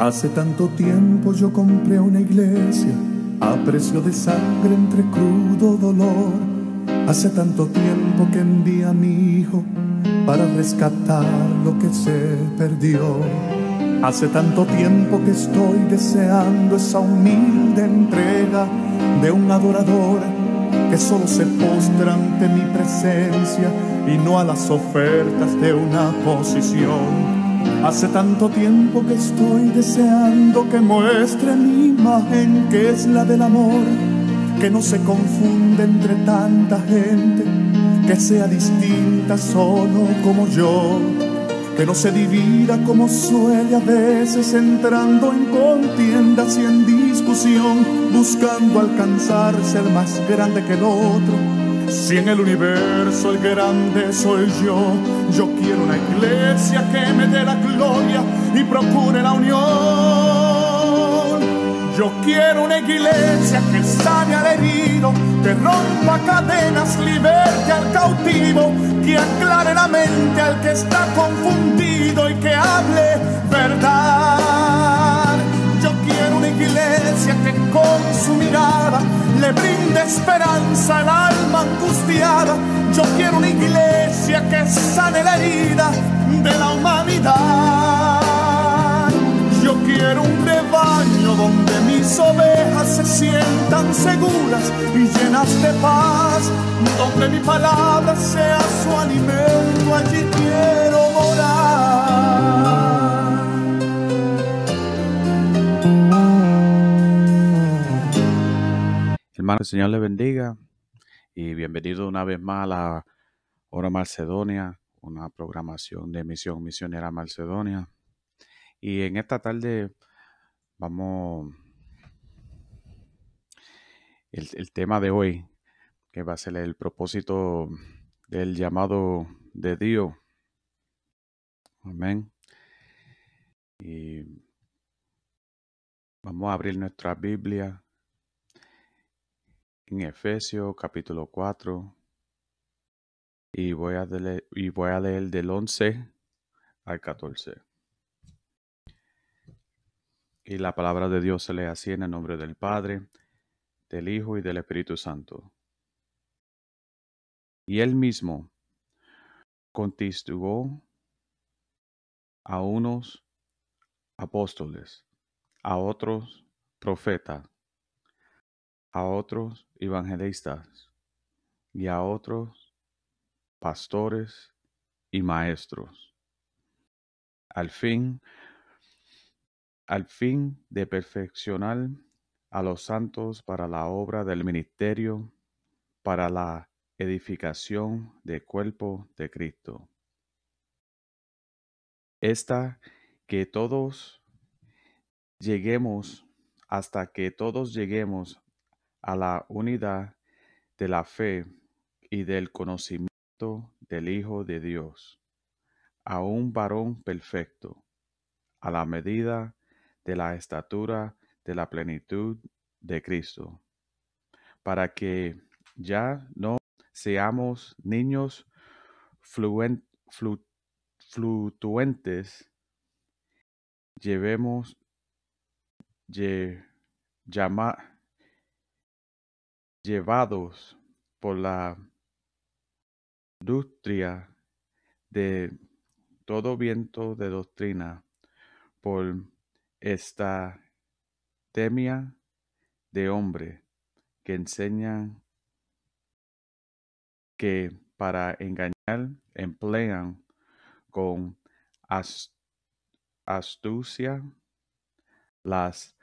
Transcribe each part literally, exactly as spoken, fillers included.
Hace tanto tiempo yo compré una iglesia a precio de sangre entre crudo dolor. Hace tanto tiempo que envié a mi hijo para rescatar lo que se perdió. Hace tanto tiempo que estoy deseando esa humilde entrega de un adorador que solo se postra ante mi presencia y no a las ofertas de una posición. Hace tanto tiempo que estoy deseando que muestre mi imagen, que es la del amor, que no se confunde entre tanta gente, que sea distinta solo como yo, que no se divida como suele a veces, entrando en contiendas y en discusión, buscando alcanzar ser más grande que el otro. Si en el universo el grande soy yo, yo quiero una iglesia que me dé la gloria y procure la unión. Yo quiero una iglesia que sane al herido, que rompa cadenas, liberte al cautivo, que aclare la mente al que está confundido y que hable verdad. Yo quiero una iglesia que con su mirada le brinde esperanza al alma angustiada. Yo quiero una iglesia que sane la herida de la humanidad. Yo quiero un rebaño donde mis ovejas se sientan seguras y llenas de paz, donde mi palabra sea su alimento, allí quiero morar. Hermano, el Señor le bendiga y bienvenido una vez más a la Hora Macedonia, una programación de Misión Misionera Macedonia. Y en esta tarde vamos, el, el tema de hoy, que va a ser el propósito del llamado de Dios. Amén. Y vamos a abrir nuestra Biblia en Efesios capítulo cuatro y voy a leer, y voy a leer del once al catorce. Y la palabra de Dios se lee así en el nombre del Padre, del Hijo y del Espíritu Santo. Y él mismo constituyó a unos apóstoles, a otros profetas, a otros evangelistas y a otros pastores y maestros, al fin, al fin de perfeccionar a los santos para la obra del ministerio, para la edificación del cuerpo de Cristo. Esta que todos lleguemos, hasta que todos lleguemos a la unidad de la fe y del conocimiento del Hijo de Dios, a un varón perfecto, a la medida de la estatura de la plenitud de Cristo, para que ya no seamos niños fluen, flu, fluctuantes, llevemos, lle, llama, llevados por la industria de todo viento de doctrina, por esta temia de hombre que enseñan que para engañar emplean con ast astucia las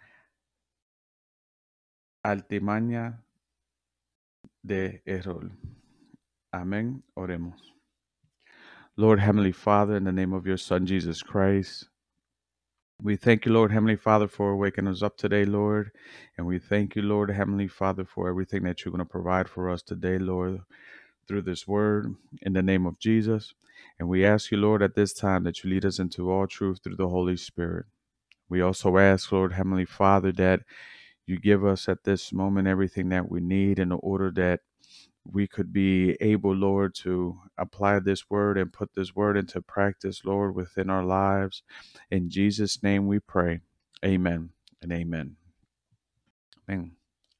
altimañas de error. Amén. Oremos. Lord Heavenly Father, in the name of your Son, Jesus Christ, we thank you, Lord Heavenly Father, for waking us up today, Lord. And we thank you, Lord Heavenly Father, for everything that you're going to provide for us today, Lord, through this word, in the name of Jesus. And we ask you, Lord, at this time that you lead us into all truth through the Holy Spirit. We also ask, Lord Heavenly Father, that you give us at this moment everything that we need in order that we could be able, Lord, to apply this word and put this word into practice, Lord, within our lives. In Jesus' name we pray. Amen and amen. Amén.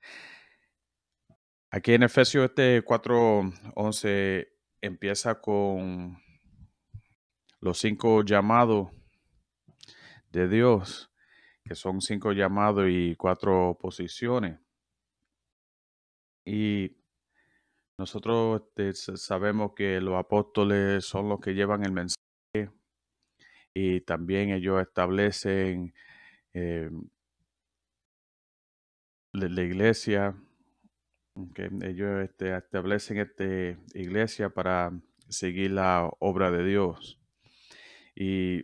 Aquí en Efesios este cuatro once empieza con los cinco llamados de Dios, que son cinco llamados y cuatro posiciones. Y nosotros este, sabemos que los apóstoles son los que llevan el mensaje y también ellos establecen eh, la, la iglesia, que ellos este, establecen esta iglesia para seguir la obra de Dios. Y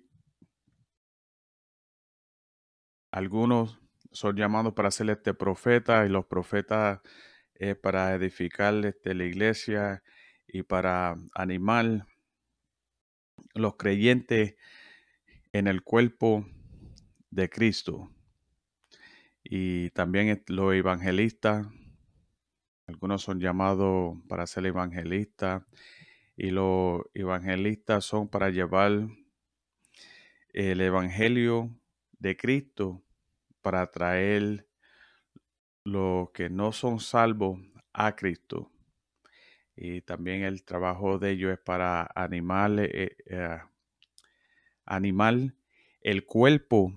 algunos son llamados para ser este profeta y los profetas eh, para edificar este, la iglesia y para animar los creyentes en el cuerpo de Cristo. Y también los evangelistas, algunos son llamados para ser evangelistas y los evangelistas son para llevar el evangelio de Cristo para traer los que no son salvos a Cristo. Y también el trabajo de ellos es para animar, eh, eh, animar el cuerpo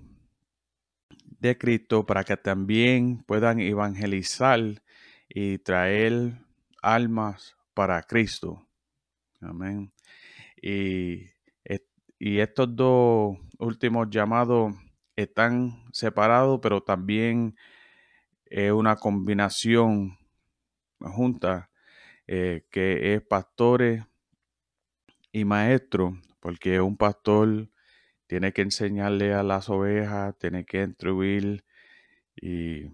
de Cristo para que también puedan evangelizar y traer almas para Cristo. Amén. Y, y estos dos últimos llamados están separados, pero también es una combinación junta, eh, que es pastores y maestros, porque un pastor tiene que enseñarle a las ovejas, tiene que instruir y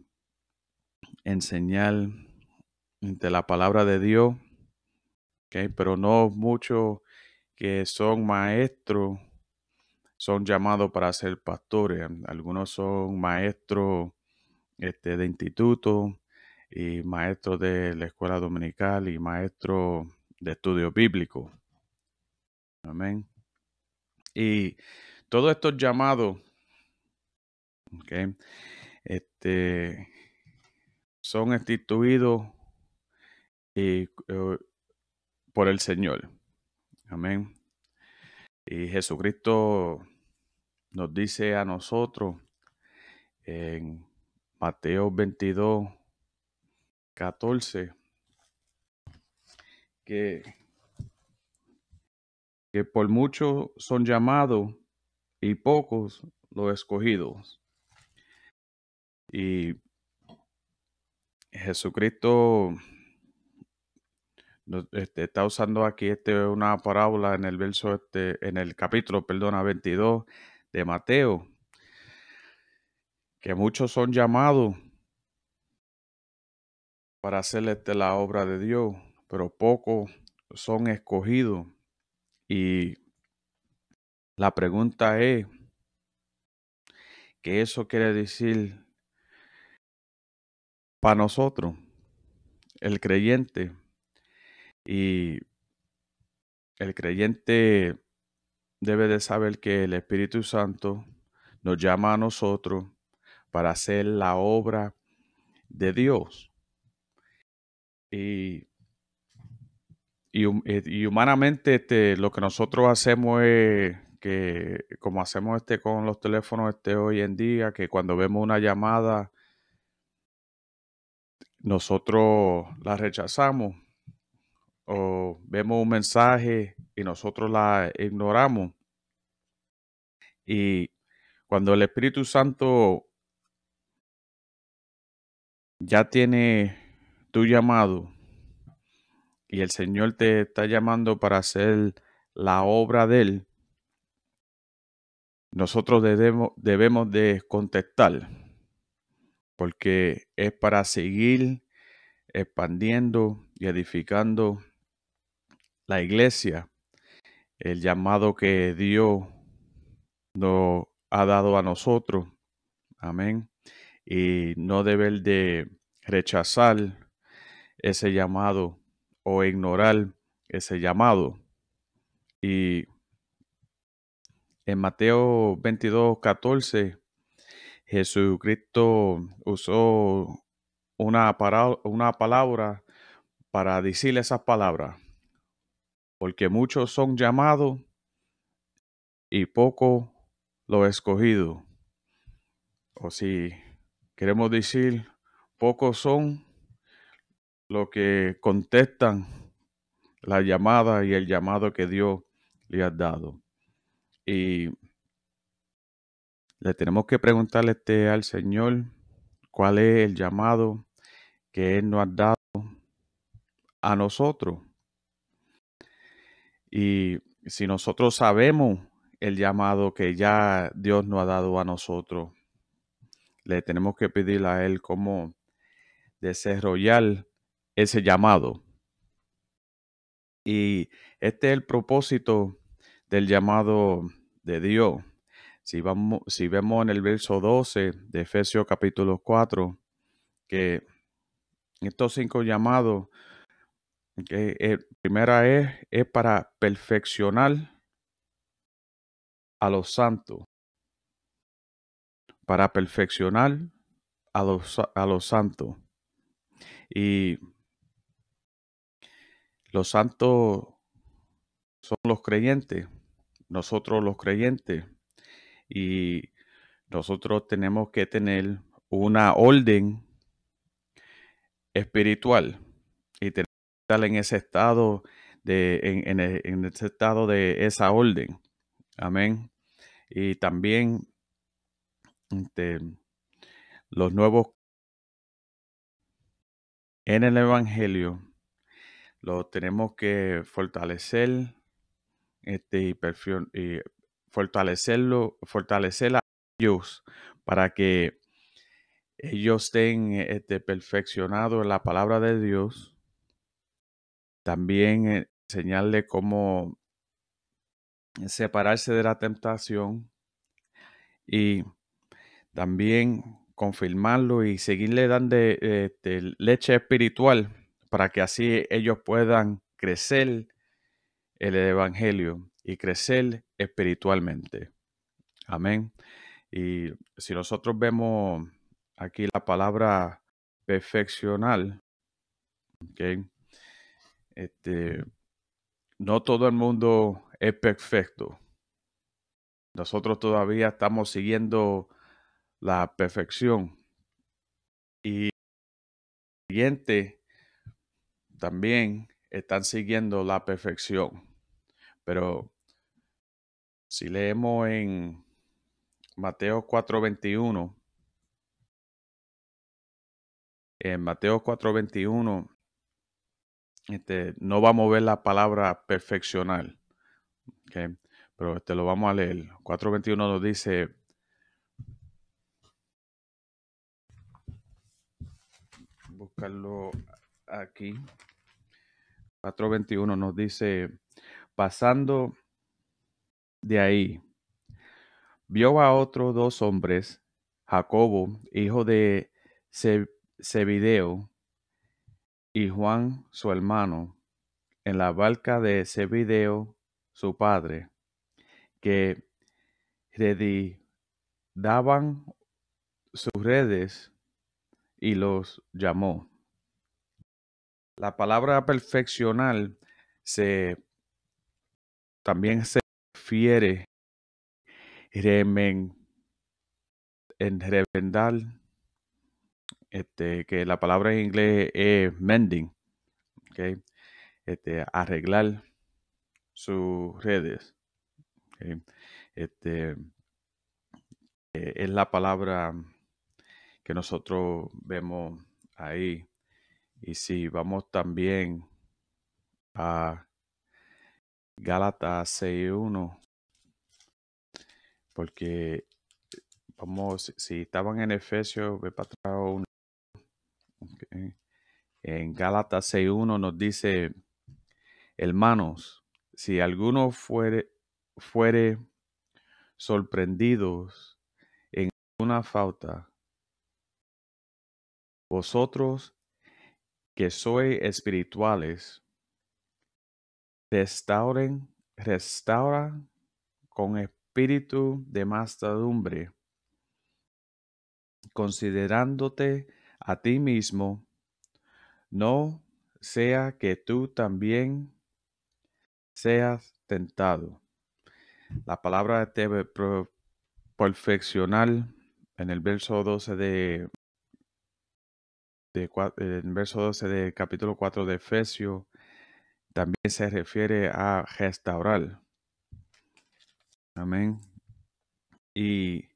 enseñar de la palabra de Dios, ¿okay? Pero no muchos que son maestros son llamados para ser pastores. Algunos son maestros este, de instituto y maestros de la escuela dominical y maestros de estudio bíblico. Amén. Y todos estos llamados, ¿okay? este, son instituidos y, uh, por el Señor. Amén. Y Jesucristo nos dice a nosotros en Mateo veintidós, catorce, que, que por muchos son llamados y pocos los escogidos. Y Jesucristo nos, este, está usando aquí este, una parábola en el verso, este, en el capítulo, perdona, veintidós de Mateo, que muchos son llamados para hacer este, la obra de Dios, pero pocos son escogidos. Y la pregunta es, ¿qué eso quiere decir para nosotros, el creyente? Y el creyente debe de saber que el Espíritu Santo nos llama a nosotros para hacer la obra de Dios. Y, y, y humanamente este, lo que nosotros hacemos es que, como hacemos este con los teléfonos este hoy en día, que cuando vemos una llamada, nosotros la rechazamos, o vemos un mensaje y nosotros la ignoramos. Y cuando el Espíritu Santo ya tiene tu llamado y el Señor te está llamando para hacer la obra de Él, nosotros debemos, debemos de contestar, porque es para seguir expandiendo y edificando la iglesia, el llamado que Dios nos ha dado a nosotros. Amén. Y no deber de rechazar ese llamado o ignorar ese llamado. Y en Mateo veintidós, catorce Jesucristo usó una, para- una palabra para decir esas palabras, porque muchos son llamados y pocos los escogidos. O si queremos decir, pocos son los que contestan la llamada y el llamado que Dios le ha dado. Y le tenemos que preguntarle este al Señor cuál es el llamado que Él nos ha dado a nosotros. Y si nosotros sabemos el llamado que ya Dios nos ha dado a nosotros, le tenemos que pedir a Él cómo desarrollar ese llamado. Y este es el propósito del llamado de Dios. Si, vamos, si vemos en el verso doce de Efesios capítulo cuatro, que estos cinco llamados, que eh, primera es, es para perfeccionar a los santos, para perfeccionar a los, a los santos. Y los santos son los creyentes, nosotros los creyentes. Y nosotros tenemos que tener una orden espiritual y tenemos que estar en ese estado de, en, en, e- en ese estado de esa orden. Amén. Y también este, los nuevos en el Evangelio los tenemos que fortalecer este, y, perfio- y fortalecerlo, fortalecer a ellos para que ellos estén este, perfeccionados en la palabra de Dios. También eh, enseñarle cómo separarse de la tentación y también confirmarlo y seguirle dando eh, este, leche espiritual para que así ellos puedan crecer en el Evangelio y crecer espiritualmente. Amén. Y si nosotros vemos aquí la palabra perfeccional, ¿ok? Este, no todo el mundo es perfecto. Nosotros todavía estamos siguiendo la perfección. Y los siguientes también están siguiendo la perfección. Pero si leemos en Mateo cuatro veintiuno, en Mateo cuatro veintiuno, este, no vamos a ver la palabra perfeccionar. ¿Okay? Pero este lo vamos a leer. cuatro veintiuno nos dice, buscarlo aquí. cuatro veintiuno nos dice, pasando de ahí, vio a otros dos hombres, Jacobo, hijo de Ze- Zebedeo, y Juan, su hermano, en la barca de Zebedeo, su padre, que daban sus redes y los llamó. La palabra perfeccionar se también se refiere remen, en remendar, este, que la palabra en inglés es mending, ¿ok? Este, arreglar sus redes, ¿ok? Este, eh, es la palabra que nosotros vemos ahí. Y si vamos también a Gálatas seis uno, porque vamos, si estaban en Efesios, ve para atrás uno, ok. En Gálatas seis uno nos dice, hermanos, si alguno fuere, fuere sorprendidos en una falta, vosotros que sois espirituales, restauren, restaura con espíritu de mansedumbre considerándote a ti mismo, no sea que tú también seas tentado. La palabra debe pro- perfeccionar en el verso doce de, de, cua- en el verso doce de capítulo cuatro de Efesios también se refiere a restaurar. Amén. Y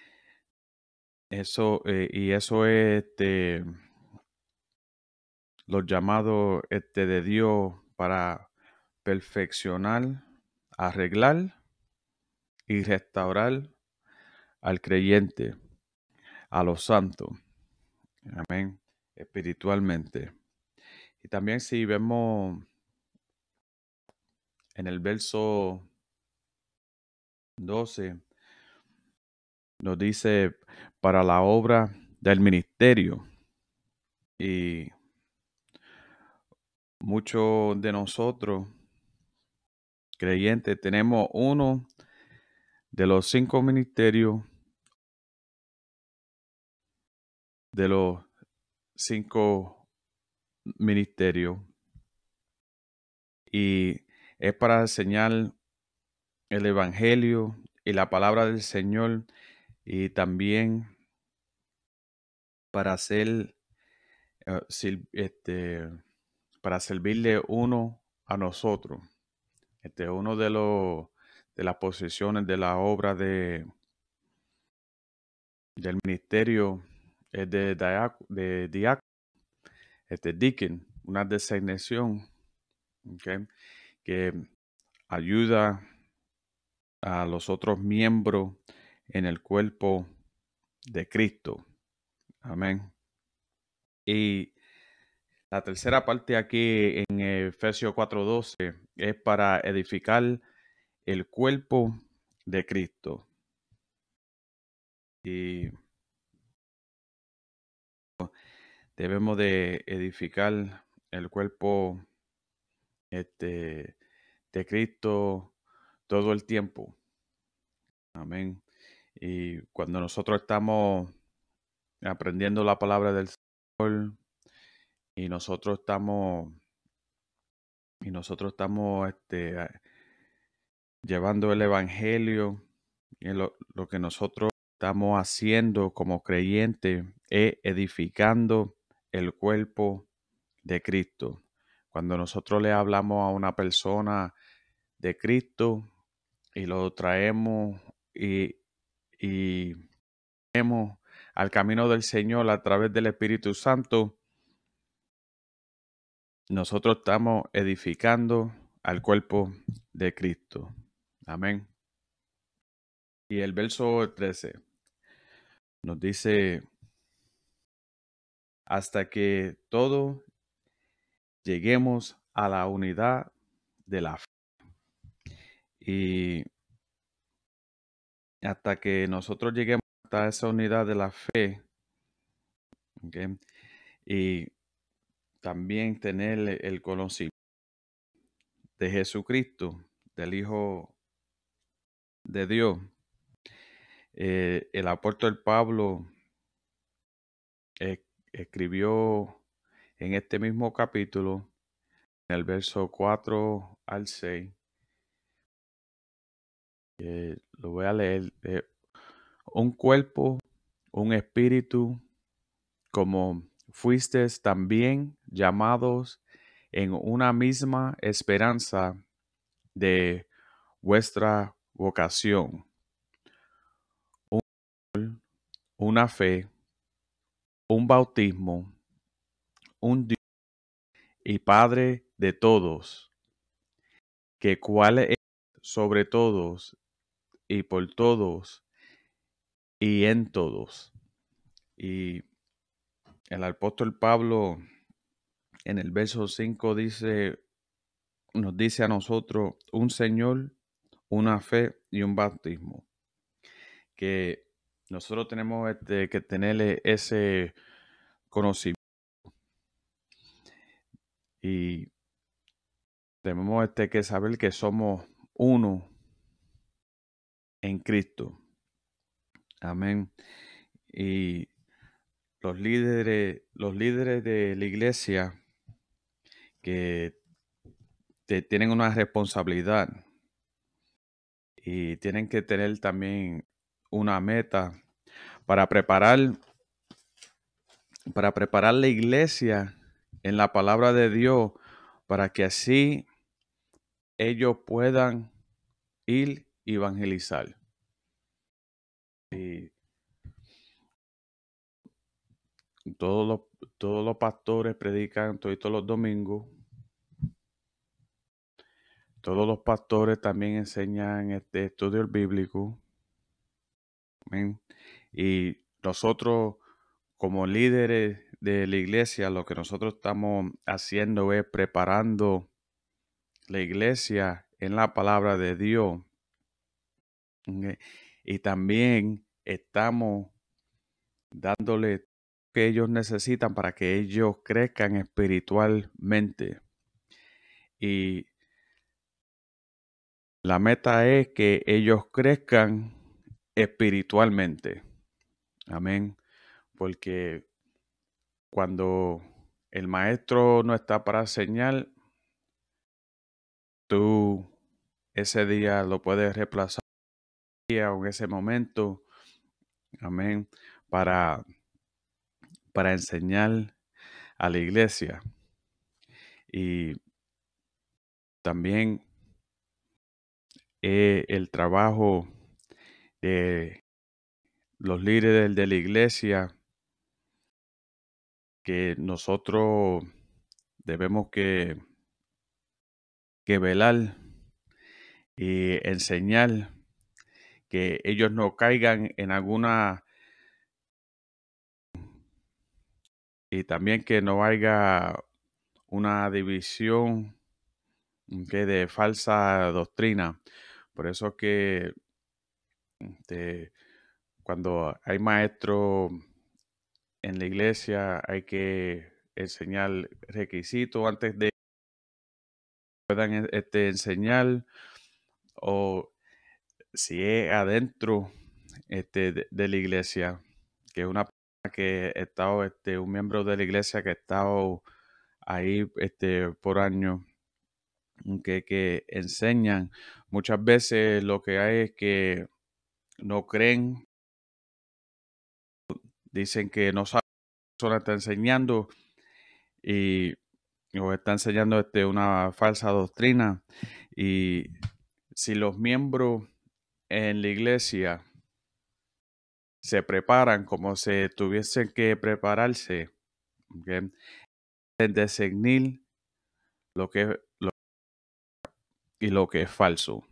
eso, eh, y eso es este, los llamados este, de Dios para perfeccionar, arreglar y restaurar al creyente, a los santos. Amén. Espiritualmente. Y también si vemos en el verso doce, nos dice para la obra del ministerio. Y muchos de nosotros, creyentes, tenemos uno de los cinco ministerios, de los cinco ministerios, y es para enseñar el evangelio y la palabra del Señor, y también para hacer eh, sil- este, para servirle uno a nosotros. Este uno de los de las posiciones de la obra de del ministerio es de diac- de diácono, este deacon, una designación, ¿ok? Que ayuda a los otros miembros en el cuerpo de Cristo. Amén. Y la tercera parte aquí en Efesios cuatro doce es para edificar el cuerpo de Cristo. Y debemos de edificar el cuerpo este, de Cristo todo el tiempo. Amén. Y cuando nosotros estamos aprendiendo la palabra del Señor y nosotros estamos y nosotros estamos este, a- llevando el evangelio, y lo, lo que nosotros estamos haciendo como creyentes es edificando el cuerpo de Cristo. Cuando nosotros le hablamos a una persona de Cristo y lo traemos y, y traemos al camino del Señor a través del Espíritu Santo, nosotros estamos edificando al cuerpo de Cristo. Amén. Y el verso trece nos dice, hasta que todos lleguemos a la unidad de la fe. Y hasta que nosotros lleguemos a esa unidad de la fe, ¿ok? Y también tener el conocimiento de Jesucristo, del Hijo de Dios. Eh, el apóstol Pablo eh, escribió en este mismo capítulo, en el verso cuatro al seis, eh, lo voy a leer, eh, un cuerpo, un espíritu, como fuisteis también llamados en una misma esperanza de vuestra vocación, un- una fe, un bautismo, un Dios y Padre de todos, que cual es sobre todos y por todos y en todos. Y el apóstol Pablo en el verso cinco dice, nos dice a nosotros un Señor, una fe y un bautismo. Que nosotros tenemos este, que tener ese conocimiento y tenemos este, que saber que somos uno en Cristo. Amén. Y los líderes, los líderes de la iglesia que te- tienen una responsabilidad y tienen que tener también una meta para preparar, para preparar la iglesia en la palabra de Dios para que así ellos puedan ir y evangelizar. Y todos los, todos los pastores predican todos los domingos. Todos los pastores también enseñan este estudio bíblico. Amén. Y nosotros, como líderes de la iglesia, lo que nosotros estamos haciendo es preparando la iglesia en la palabra de Dios. Ok. Y también estamos dándole lo que ellos necesitan para que ellos crezcan espiritualmente. Y la meta es que ellos crezcan espiritualmente. Amén. Porque cuando el maestro no está para enseñar, tú ese día lo puedes reemplazar o en ese momento, amén, para, para enseñar a la iglesia. Y también eh, el trabajo de los líderes de la iglesia que nosotros debemos que, que velar y enseñar que ellos no caigan en alguna, y también que no haya una división que de falsa doctrina. Por eso es que este, cuando hay maestros en la iglesia hay que enseñar requisitos antes de que puedan este, enseñar, o si es adentro este, de, de la iglesia, que es una persona que ha estado, este, un miembro de la iglesia que ha estado ahí este, por años, que, que enseñan. Muchas veces lo que hay es que no creen, dicen que no saben lo que la persona está enseñando y o está enseñando este, una falsa doctrina. Y si los miembros en la iglesia se preparan como si tuviesen que prepararse, ¿ok?, de discernir lo que es lo, y lo que es falso.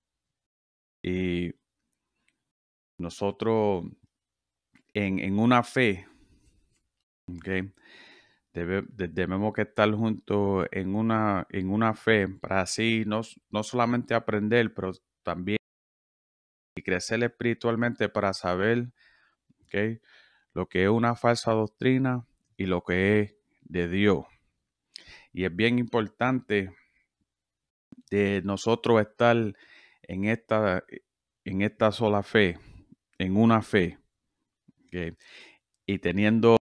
Y nosotros en, en una fe, ¿ok?, Debe- de- debemos que estar juntos en una, en una fe para así no, s- no solamente aprender, pero también y crecer espiritualmente para saber, ¿ok?, lo que es una falsa doctrina y lo que es de Dios. Y es bien importante de nosotros estar en esta, en esta sola fe, en una fe, ¿ok?, y teniendo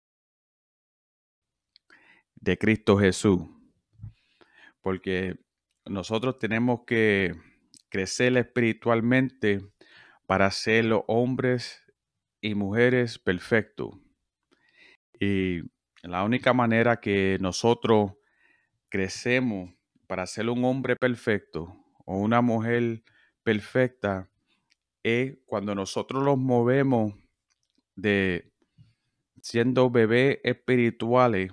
de Cristo Jesús, porque nosotros tenemos que crecer espiritualmente para ser los hombres y mujeres perfectos. Y la única manera que nosotros crecemos para ser un hombre perfecto o una mujer perfecta es cuando nosotros los movemos de siendo bebés espirituales,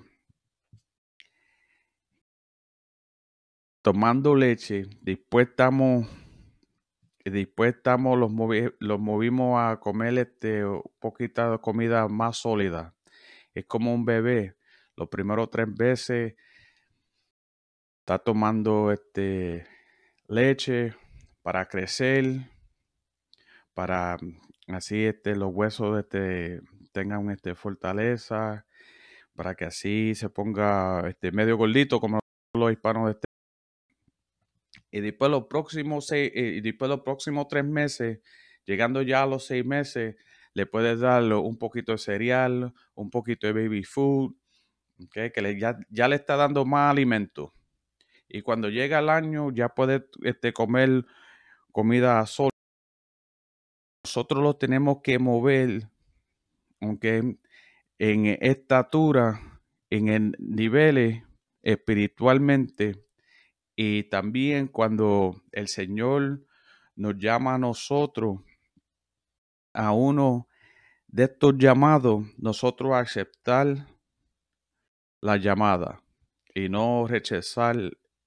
tomando leche, después estamos, después estamos los, movi- los movimos a comer este, un poquito de comida más sólida. Es como un bebé. Los primeros tres veces está tomando este, leche para crecer, para mm, así este, los huesos este, tengan este, fortaleza, para que así se ponga este, medio gordito como los hispanos. Este. Y después los próximos seis, eh, y después los próximos tres meses, llegando ya a los seis meses, le puedes dar un poquito de cereal, un poquito de baby food, okay, que le, ya, ya le está dando más alimento. Y cuando llega el año ya puede este, comer comida sola. Nosotros lo tenemos que mover, aunque en estatura, en el niveles espiritualmente, y también cuando el Señor nos llama a nosotros, a uno de estos llamados, nosotros aceptar la llamada y no rechazar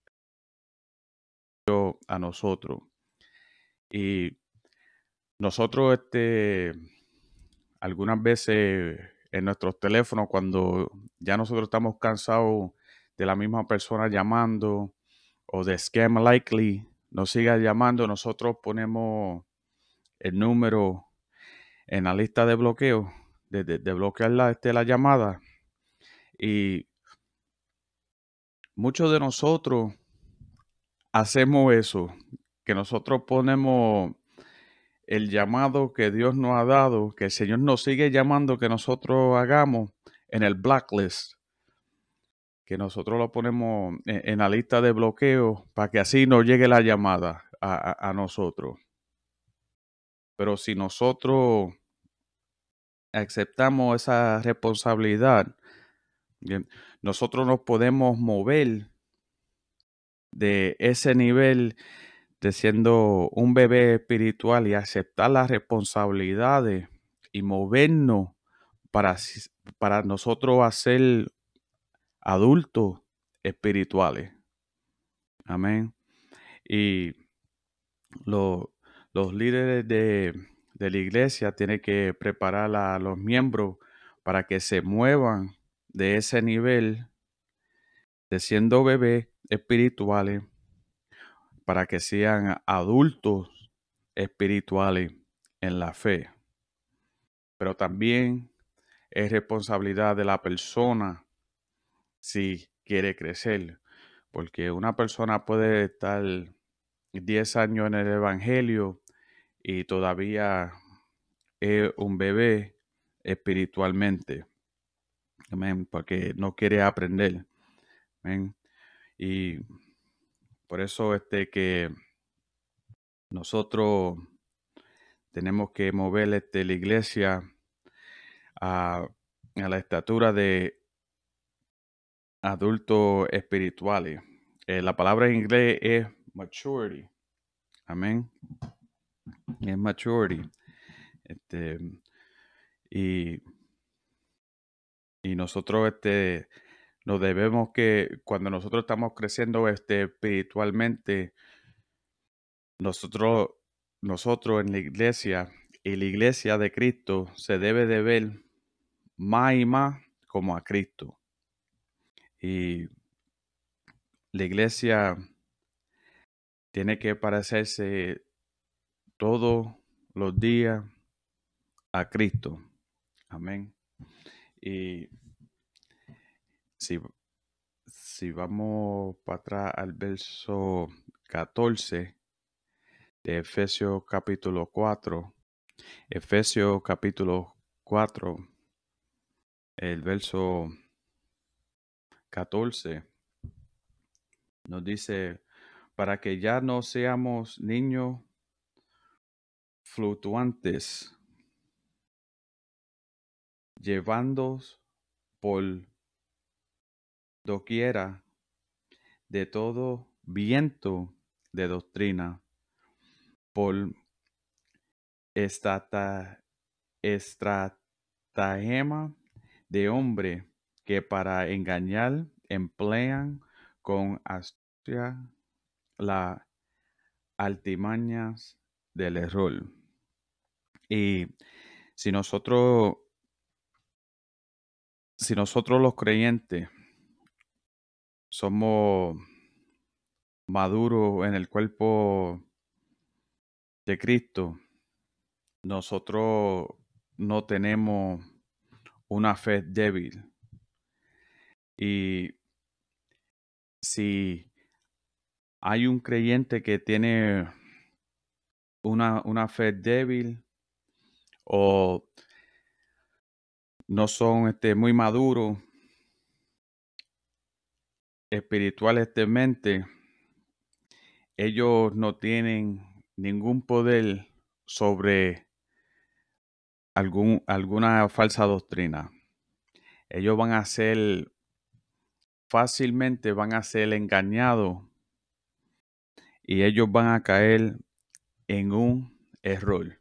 a nosotros. Y nosotros, este, algunas veces en nuestros teléfonos, cuando ya nosotros estamos cansados de la misma persona llamando o de scam likely nos siga llamando, nosotros ponemos el número en la lista de bloqueo, de, de, de bloquear la, este, la llamada. Y muchos de nosotros hacemos eso, que nosotros ponemos el llamado que Dios nos ha dado, que el Señor nos sigue llamando que nosotros hagamos en el blacklist, que nosotros lo ponemos en, en la lista de bloqueo para que así nos llegue la llamada a, a, a nosotros. Pero si nosotros aceptamos esa responsabilidad, bien, nosotros nos podemos mover de ese nivel de siendo un bebé espiritual y aceptar las responsabilidades y movernos para, para nosotros hacer adultos espirituales. Amén. Y lo, los líderes de, de la iglesia tienen que preparar a los miembros para que se muevan de ese nivel de siendo bebés espirituales para que sean adultos espirituales en la fe. Pero también es responsabilidad de la persona si quiere crecer, porque una persona puede estar diez años en el evangelio y todavía es un bebé espiritualmente. Amén, porque no quiere aprender. Amén. Y por eso este que nosotros tenemos que mover este, la iglesia a, a la estatura de adultos espirituales. Eh, la palabra en inglés es maturity. Amén. Es maturity. Este, y, y nosotros este, nos debemos que cuando nosotros estamos creciendo este, espiritualmente, nosotros, nosotros en la iglesia y la iglesia de Cristo se debe de ver más y más como a Cristo. Y la iglesia tiene que parecerse todos los días a Cristo. Amén. Y si, si vamos para atrás al verso catorce de Efesios capítulo cuatro, Efesios capítulo cuatro, el verso catorce, nos dice, para que ya no seamos niños fluctuantes, llevándonos por doquiera de todo viento de doctrina, por estata, estratagema de hombre que para engañar emplean con astucia las altimañas del error. Y si nosotros, si nosotros los creyentes somos maduros en el cuerpo de Cristo, nosotros no tenemos una fe débil. Y si hay un creyente que tiene una, una fe débil o no son este, muy maduros espiritualmente, ellos no tienen ningún poder sobre algún, alguna falsa doctrina. Ellos van a ser, fácilmente van a ser engañados y ellos van a caer en un error.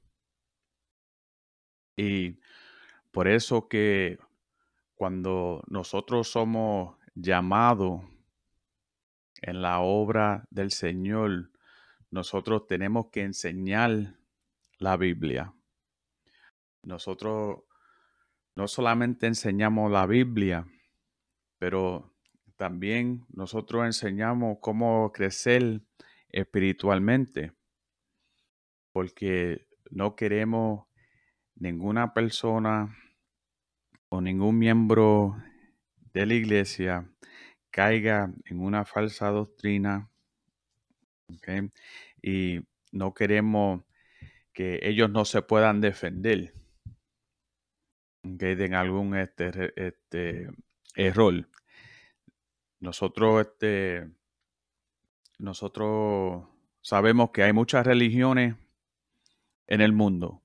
Y por eso que cuando nosotros somos llamados en la obra del Señor, nosotros tenemos que enseñar la Biblia. Nosotros no solamente enseñamos la Biblia, pero también nosotros enseñamos cómo crecer espiritualmente, porque no queremos ninguna persona o ningún miembro de la iglesia caiga en una falsa doctrina, ¿okay? Y no queremos que ellos no se puedan defender, ¿okay? De algún este, este, error. Nosotros, este, nosotros sabemos que hay muchas religiones en el mundo.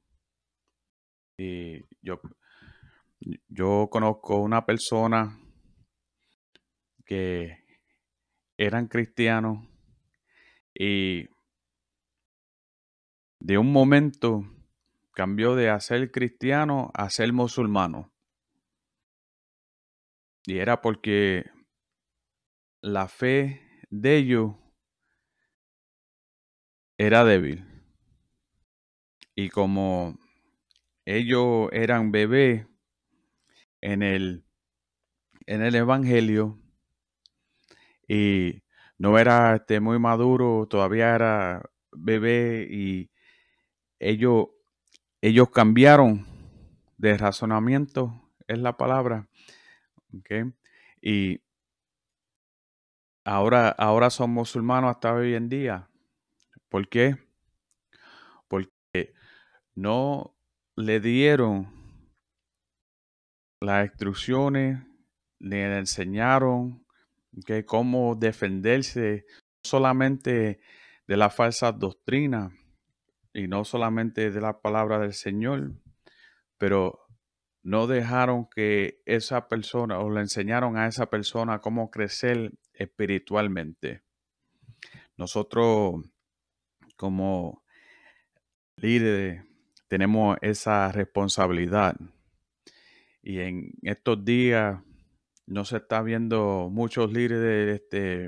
Y yo, yo conozco una persona que eran cristianos y de un momento cambió de ser cristiano a ser musulmano. Y era porque la fe de ellos era débil. Y como ellos eran bebés en el, en el evangelio y no era este, muy maduro, todavía era bebé y ellos, ellos cambiaron de razonamiento, es la palabra, ¿okay? Y ahora, ahora son musulmanos hasta hoy en día. ¿Por qué? Porque no le dieron las instrucciones, le enseñaron que cómo defenderse no solamente de la falsa doctrina y no solamente de la palabra del Señor, pero no dejaron que esa persona o le enseñaron a esa persona cómo crecer espiritualmente. Nosotros como líderes tenemos esa responsabilidad y en estos días no se está viendo muchos líderes este,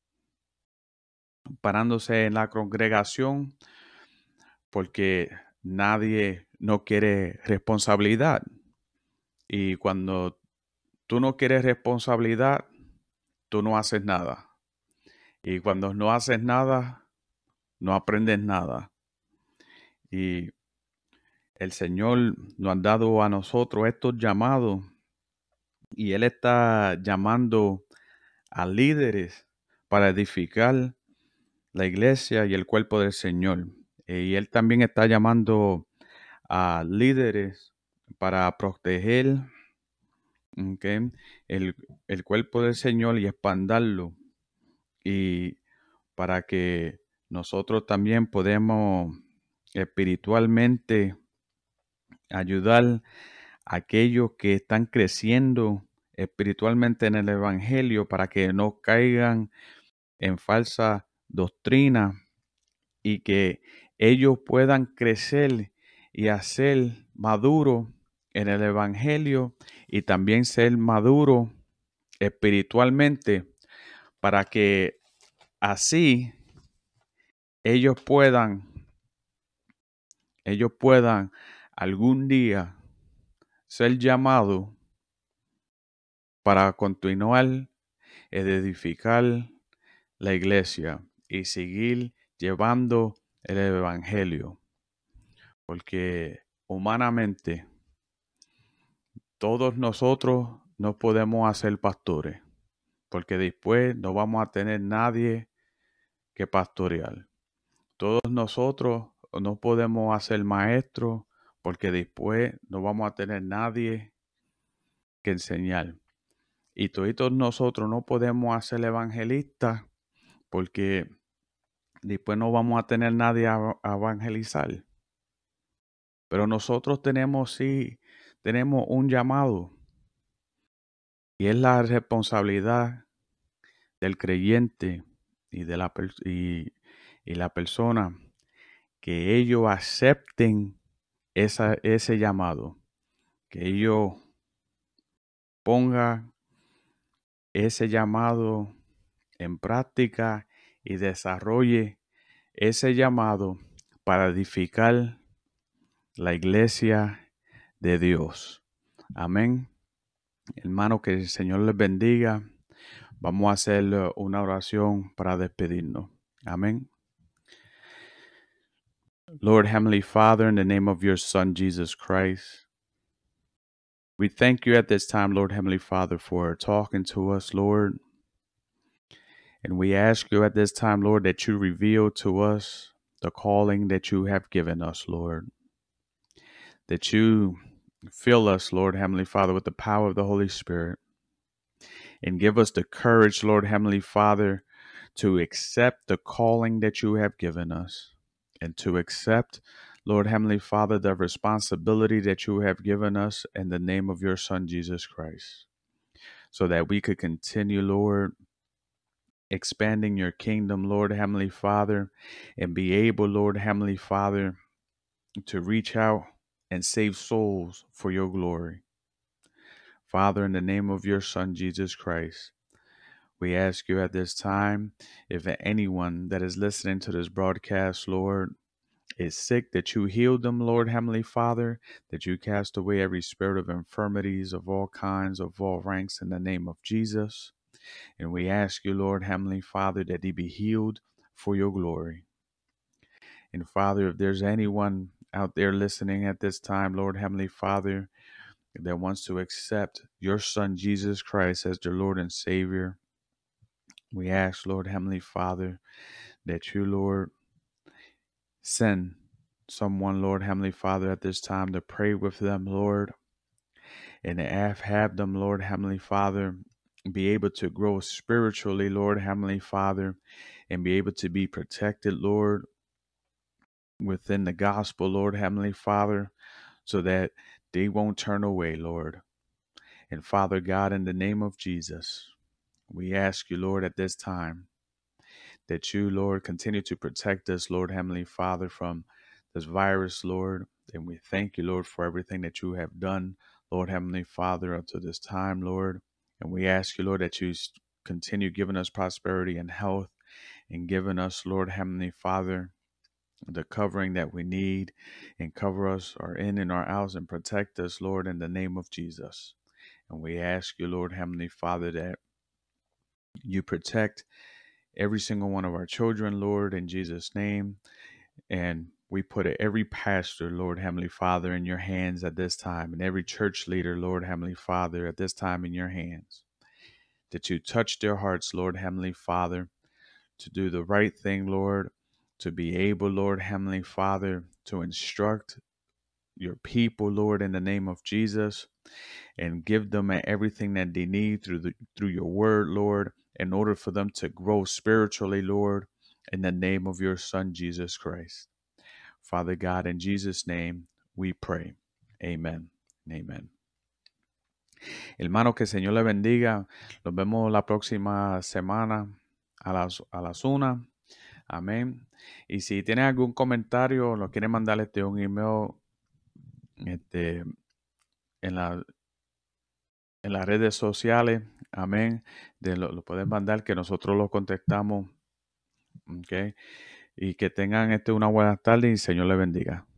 parándose en la congregación porque nadie no quiere responsabilidad. Y cuando tú no quieres responsabilidad, tú no haces nada. Y cuando no haces nada, no aprendes nada. Y el Señor nos ha dado a nosotros estos llamados y Él está llamando a líderes para edificar la iglesia y el cuerpo del Señor. Y Él también está llamando a líderes para proteger, ¿okay? el, el cuerpo del Señor y expandarlo. Y para que nosotros también podamos espiritualmente ayudar a aquellos que están creciendo espiritualmente en el Evangelio para que no caigan en falsa doctrina y que ellos puedan crecer y hacer maduro en el Evangelio y también ser maduro espiritualmente para que así ellos puedan ellos puedan algún día ser llamados para continuar en edificar la iglesia y seguir llevando el Evangelio. Porque humanamente todos nosotros no podemos hacer pastores, porque después no vamos a tener nadie que pastorear. Todos nosotros no podemos hacer maestros, porque después no vamos a tener nadie que enseñar. Y todos nosotros no podemos hacer evangelistas porque después no vamos a tener nadie a, a evangelizar. Pero nosotros tenemos, sí, tenemos un llamado. Y es la responsabilidad del creyente y de la, y, y la persona que ellos acepten esa, ese llamado, que ellos pongan ese llamado en práctica y desarrolle ese llamado para edificar la iglesia de Dios. Amén. Hermano, que el Señor les bendiga. Vamos a hacer una oración para despedirnos. Amén. Lord, Heavenly Father, in the name of your Son, Jesus Christ, we thank you at this time, Lord, Heavenly Father, for talking to us, Lord. And we ask you at this time, Lord, that you reveal to us the calling that you have given us, Lord. That you fill us, Lord, Heavenly Father, with the power of the Holy Spirit. And give us the courage, Lord, Heavenly Father, to accept the calling that you have given us. And to accept, Lord Heavenly Father, the responsibility that you have given us in the name of your Son, Jesus Christ, so that we could continue, Lord, expanding your kingdom, Lord Heavenly Father, and be able, Lord Heavenly Father, to reach out and save souls for your glory. Father, in the name of your Son, Jesus Christ, we ask you at this time, if anyone that is listening to this broadcast, Lord, is sick, that you heal them, Lord Heavenly Father, that you cast away every spirit of infirmities of all kinds, of all ranks, in the name of Jesus. And we ask you, Lord Heavenly Father, that he be healed for your glory. And Father, if there's anyone out there listening at this time, Lord Heavenly Father, that wants to accept your Son, Jesus Christ, as their Lord and Savior, we ask, Lord Heavenly Father, that you, Lord, send someone, Lord Heavenly Father, at this time to pray with them, Lord, and to have, have them, Lord Heavenly Father, be able to grow spiritually, Lord Heavenly Father, and be able to be protected, Lord, within the gospel, Lord Heavenly Father, so that they won't turn away, Lord. And Father God, in the name of Jesus, we ask you, Lord, at this time, that you, Lord, continue to protect us, Lord Heavenly Father, from this virus, Lord. And we thank you, Lord, for everything that you have done, Lord Heavenly Father, up to this time, Lord. And we ask you, Lord, that you continue giving us prosperity and health, and giving us, Lord Heavenly Father, the covering that we need, and cover us our in and our outs, and protect us, Lord, in the name of Jesus. And we ask you, Lord Heavenly Father, that you protect every single one of our children, Lord, in Jesus' name. And we put every pastor, Lord Heavenly Father, in your hands at this time, and every church leader, Lord Heavenly Father, at this time in your hands. That you touch their hearts, Lord Heavenly Father, to do the right thing, Lord, to be able, Lord Heavenly Father, to instruct your people, Lord, in the name of Jesus, and give them everything that they need through the through your word, Lord, in order for them to grow spiritually, Lord, in the name of your Son, Jesus Christ. Father God, in Jesus' name, we pray. Amen. Amen. Hermano, que el Señor le bendiga. Nos vemos la próxima semana a las, a las una. Amén. Y si tiene algún comentario, lo quiere mandar este un email este, en la en las redes sociales, amén, de lo, lo pueden mandar, que nosotros lo contestamos, ok, y que tengan este una buena tarde y el Señor le bendiga.